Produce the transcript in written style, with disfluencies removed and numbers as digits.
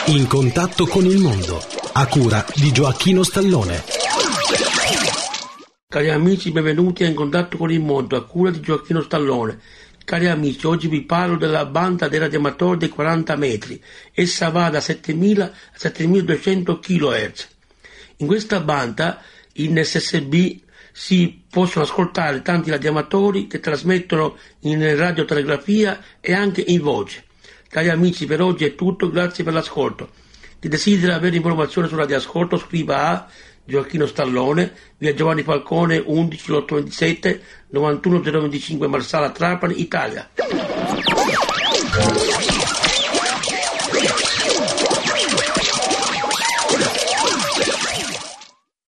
In contatto con il mondo, a cura di Gioacchino Stallone. Cari amici, benvenuti a In contatto con il mondo, a cura di Gioacchino Stallone. Cari amici, oggi vi parlo della banda dei radioamatori dei 40 metri. Essa va da 7000 a 7200 kHz. In questa banda, in SSB, si possono ascoltare tanti radioamatori che trasmettono in radiotelegrafia e anche in voce. Cari amici, per oggi è tutto, grazie per l'ascolto. Chi desidera avere informazioni sul radioascolto scriva a Gioacchino Stallone, via Giovanni Falcone 11 827 91 025 Marsala, Trapani, Italia.